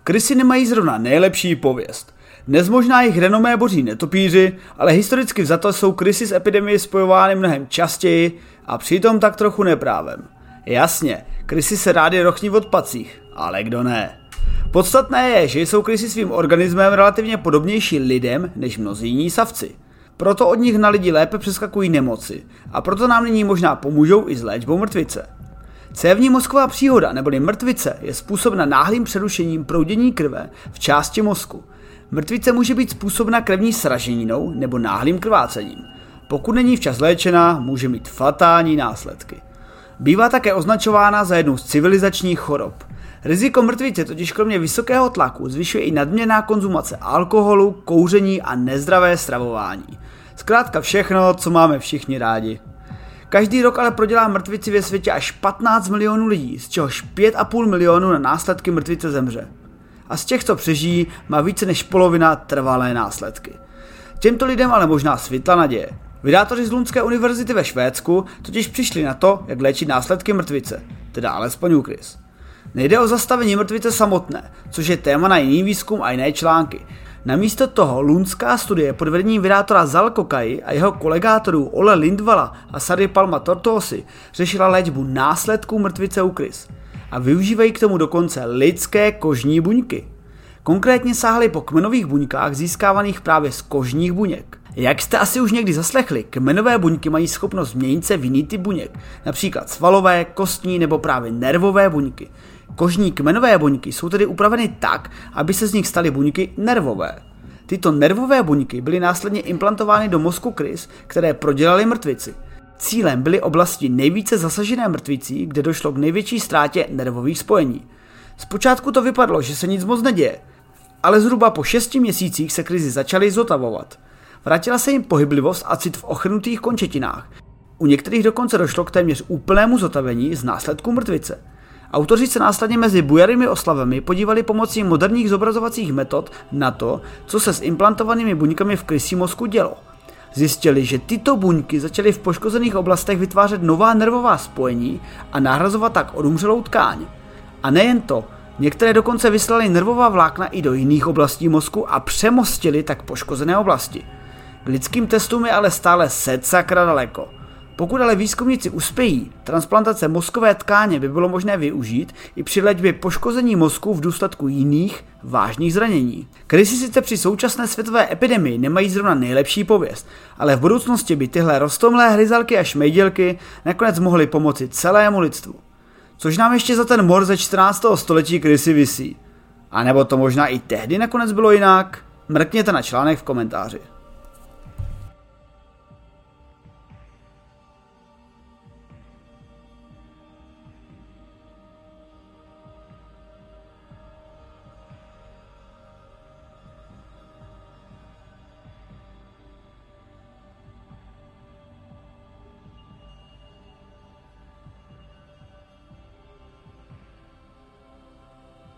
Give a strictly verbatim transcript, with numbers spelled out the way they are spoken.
Krysy nemají zrovna nejlepší pověst. Dnes možná jejich renomé boří netopíři, ale historicky vzato jsou krysy s epidemii spojovány mnohem častěji a přitom tak trochu neprávem. Jasně, krysy se rády rochní v odpadcích, ale kdo ne? Podstatné je, že jsou krysy svým organismem relativně podobnější lidem než mnozí jiní savci. Proto od nich na lidi lépe přeskakují nemoci a proto nám nyní možná pomůžou i s léčbou mrtvice. Cévní mozková příhoda neboli mrtvice je způsobena náhlým přerušením proudění krve v části mozku. Mrtvice může být způsobena krevní sraženinou nebo náhlým krvácením. Pokud není včas léčena, může mít fatální následky. Bývá také označována za jednu z civilizačních chorob. Riziko mrtvice totiž kromě vysokého tlaku zvyšuje i nadměrná konzumace alkoholu, kouření a nezdravé stravování. Zkrátka všechno, co máme všichni rádi. Každý rok ale prodělá mrtvici ve světě až patnáct milionů lidí, z čehož pět a půl milionu na následky mrtvice zemře. A z těch, co přežijí, má více než polovina trvalé následky. Těmto lidem ale možná svitla naděje. Vydátoři z Lundské univerzity ve Švédsku totiž přišli na to, jak léčit následky mrtvice, teda alespoň u krys. Nejde o zastavení mrtvice samotné, což je téma na jiný výzkum a jiné články. Namísto toho lundská studie pod vedením vydátora Zal Kokai a jeho kolegátorů Ole Lindvala a Sari Palma Tortosi řešila léčbu následků mrtvice u krys. A využívají k tomu dokonce lidské kožní buňky. Konkrétně sáhli po kmenových buňkách získávaných právě z kožních buněk. Jak jste asi už někdy zaslechli, kmenové buňky mají schopnost měnit se v jiný typ buněk, například svalové, kostní nebo právě nervové buňky. Kožní kmenové buňky jsou tedy upraveny tak, aby se z nich staly buňky nervové. Tyto nervové buňky byly následně implantovány do mozku krys, které prodělaly mrtvici. Cílem byly oblasti nejvíce zasažené mrtvicí, kde došlo k největší ztrátě nervových spojení. Zpočátku to vypadalo, že se nic moc neděje, ale zhruba po šesti měsících se krysy začaly zotavovat. Vrátila se jim pohyblivost a cit v ochrnutých končetinách. U některých dokonce došlo k téměř úplnému zotavení z následků mrtvice. Autoři se následně mezi bujarými oslavami podívali pomocí moderních zobrazovacích metod na to, co se s implantovanými buňkami v krysím mozku dělo. Zjistili, že tyto buňky začaly v poškozených oblastech vytvářet nová nervová spojení a nahrazovat tak odumřelou tkáň. A nejen to, některé dokonce vyslali nervová vlákna i do jiných oblastí mozku a přemostili tak poškozené oblasti. K lidským testům je ale stále set sakra daleko. Pokud ale výzkumníci uspějí, transplantace mozkové tkáně by bylo možné využít i při léčbě poškození mozku v důsledku jiných vážných zranění. Krysy sice při současné světové epidemii nemají zrovna nejlepší pověst, ale v budoucnosti by tyhle roztomlé hryzalky a šmejdělky nakonec mohly pomoci celému lidstvu. Což nám ještě za ten mor ze čtrnáctého století krysy visí. A nebo to možná i tehdy nakonec bylo jinak? Mrkněte na článek v komentáři.